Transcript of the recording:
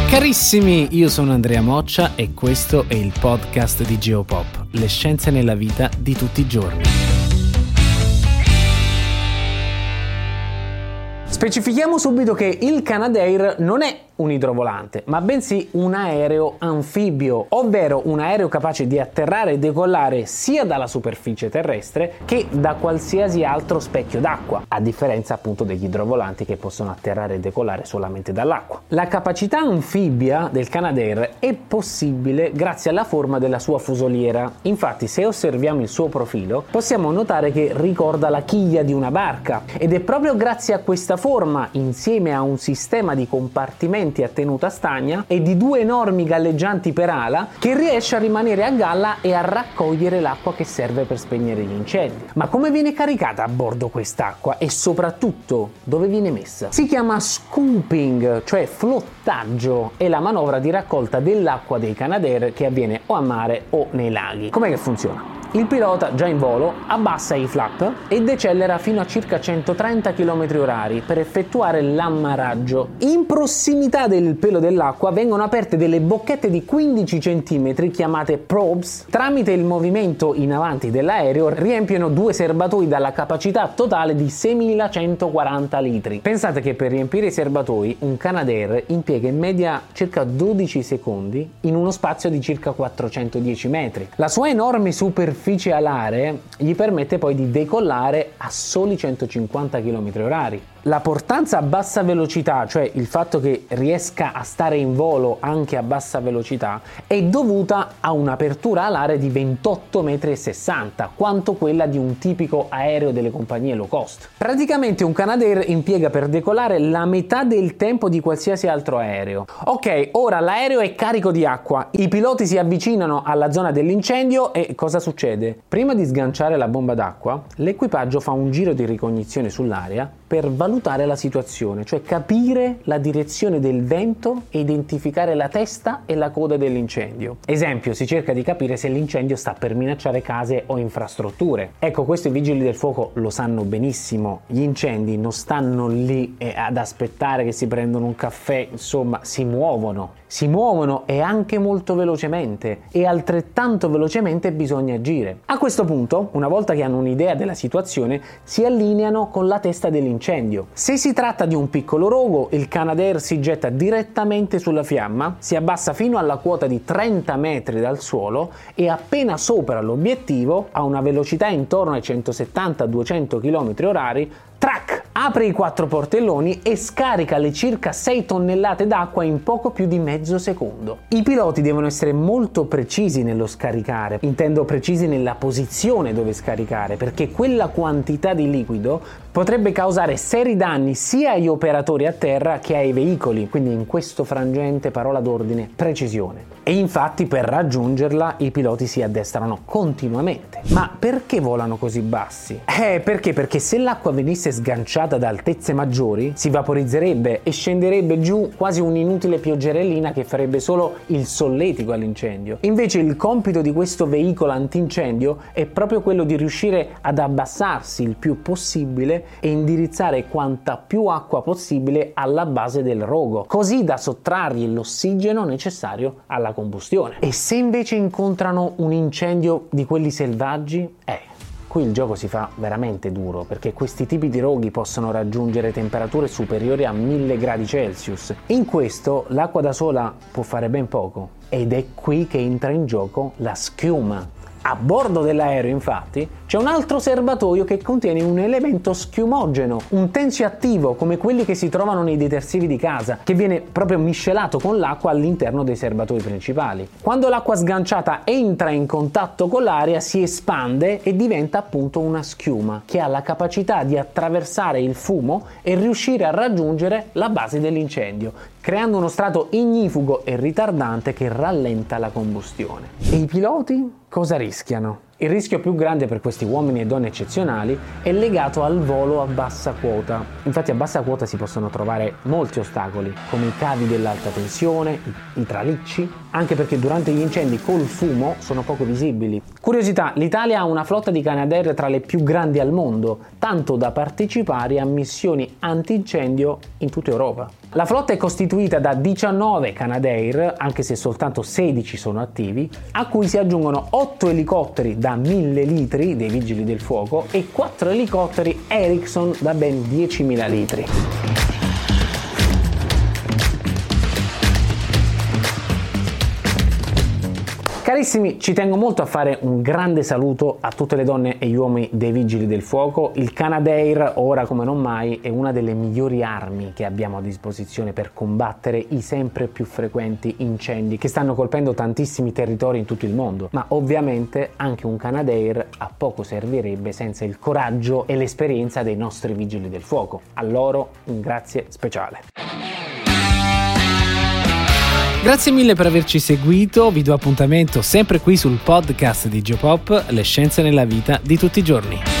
Carissimi, io sono Andrea Moccia e questo è il podcast di Geopop, le scienze nella vita di tutti i giorni. Specifichiamo subito che il Canadair non è un idrovolante, ma bensì un aereo anfibio, ovvero un aereo capace di atterrare e decollare sia dalla superficie terrestre che da qualsiasi altro specchio d'acqua, a differenza appunto degli idrovolanti che possono atterrare e decollare solamente dall'acqua. La capacità anfibia del Canadair è possibile grazie alla forma della sua fusoliera. Infatti, se osserviamo il suo profilo, possiamo notare che ricorda la chiglia di una barca ed è proprio grazie a questa forma, insieme a un sistema di compartimenti a tenuta stagna e di due enormi galleggianti per ala, che riesce a rimanere a galla e a raccogliere l'acqua che serve per spegnere gli incendi. Ma come viene caricata a bordo quest'acqua e soprattutto dove viene messa? Si chiama scooping, cioè flottaggio, è la manovra di raccolta dell'acqua dei Canadair che avviene o a mare o nei laghi. Com'è che funziona? Il pilota, già in volo, abbassa i flap e decelera fino a circa 130 km/h per effettuare l'ammaraggio. In prossimità del pelo dell'acqua vengono aperte delle bocchette di 15 cm chiamate probes. Tramite il movimento in avanti dell'aereo riempiono due serbatoi dalla capacità totale di 6.140 litri. Pensate che per riempire i serbatoi un Canadair impiega in media circa 12 secondi in uno spazio di circa 410 metri. La sua enorme superficie alare gli permette poi di decollare a soli 150 km/h. La portanza a bassa velocità, cioè il fatto che riesca a stare in volo anche a bassa velocità, è dovuta a un'apertura alare di 28,60 m, quanto quella di un tipico aereo delle compagnie low cost. Praticamente un Canadair impiega per decollare la metà del tempo di qualsiasi altro aereo. Ok, ora l'aereo è carico di acqua, i piloti si avvicinano alla zona dell'incendio e cosa succede? Prima di sganciare la bomba d'acqua, l'equipaggio fa un giro di ricognizione sull'area per valutare la situazione, cioè capire la direzione del vento e identificare la testa e la coda dell'incendio. Esempio, si cerca di capire se l'incendio sta per minacciare case o infrastrutture. Ecco, questo i vigili del fuoco lo sanno benissimo, gli incendi non stanno lì ad aspettare che si prendano un caffè, insomma, si muovono e anche molto velocemente, e altrettanto velocemente bisogna agire. A questo punto, una volta che hanno un'idea della situazione, si allineano con la testa dell'incendio. Se si tratta di un piccolo rogo, il Canadair si getta direttamente sulla fiamma, si abbassa fino alla quota di 30 metri dal suolo e appena sopra l'obiettivo, a una velocità intorno ai 170-200 km/h, track, apre i 4 portelloni e scarica le circa 6 tonnellate d'acqua in poco più di mezzo secondo. I piloti devono essere molto precisi nello scaricare, intendo precisi nella posizione dove scaricare, perché quella quantità di liquido potrebbe causare seri danni sia agli operatori a terra che ai veicoli, quindi in questo frangente, parola d'ordine, precisione. E infatti per raggiungerla i piloti si addestrano continuamente. Ma perché volano così bassi? Perché se l'acqua venisse sganciata da altezze maggiori si vaporizzerebbe e scenderebbe giù quasi un'inutile pioggerellina che farebbe solo il solletico all'incendio. Invece il compito di questo veicolo antincendio è proprio quello di riuscire ad abbassarsi il più possibile e indirizzare quanta più acqua possibile alla base del rogo, così da sottrargli l'ossigeno necessario alla combustione. E se invece incontrano un incendio di quelli selvaggi? Qui il gioco si fa veramente duro, perché questi tipi di roghi possono raggiungere temperature superiori a 1000 gradi Celsius. In questo l'acqua da sola può fare ben poco, ed è qui che entra in gioco la schiuma. A bordo dell'aereo, infatti, c'è un altro serbatoio che contiene un elemento schiumogeno, un tensioattivo come quelli che si trovano nei detersivi di casa, che viene proprio miscelato con l'acqua all'interno dei serbatoi principali. Quando l'acqua sganciata entra in contatto con l'aria, si espande e diventa appunto una schiuma che ha la capacità di attraversare il fumo e riuscire a raggiungere la base dell'incendio, creando uno strato ignifugo e ritardante che rallenta la combustione. E i piloti cosa rischiano? Il rischio più grande per questi uomini e donne eccezionali è legato al volo a bassa quota. Infatti a bassa quota si possono trovare molti ostacoli, come i cavi dell'alta tensione, i tralicci, anche perché durante gli incendi col fumo sono poco visibili. Curiosità, l'Italia ha una flotta di Canadair tra le più grandi al mondo, tanto da partecipare a missioni antincendio in tutta Europa. La flotta è costituita da 19 Canadair, anche se soltanto 16 sono attivi, a cui si aggiungono 8 elicotteri da 1000 litri dei Vigili del Fuoco e 4 elicotteri Erickson da ben 10.000 litri. Carissimi, ci tengo molto a fare un grande saluto a tutte le donne e gli uomini dei Vigili del Fuoco. Il Canadair, ora come non mai, è una delle migliori armi che abbiamo a disposizione per combattere i sempre più frequenti incendi che stanno colpendo tantissimi territori in tutto il mondo. Ma ovviamente anche un Canadair a poco servirebbe senza il coraggio e l'esperienza dei nostri Vigili del Fuoco. A loro un grazie speciale. Grazie mille per averci seguito, vi do appuntamento sempre qui sul podcast di Geopop, le scienze nella vita di tutti i giorni.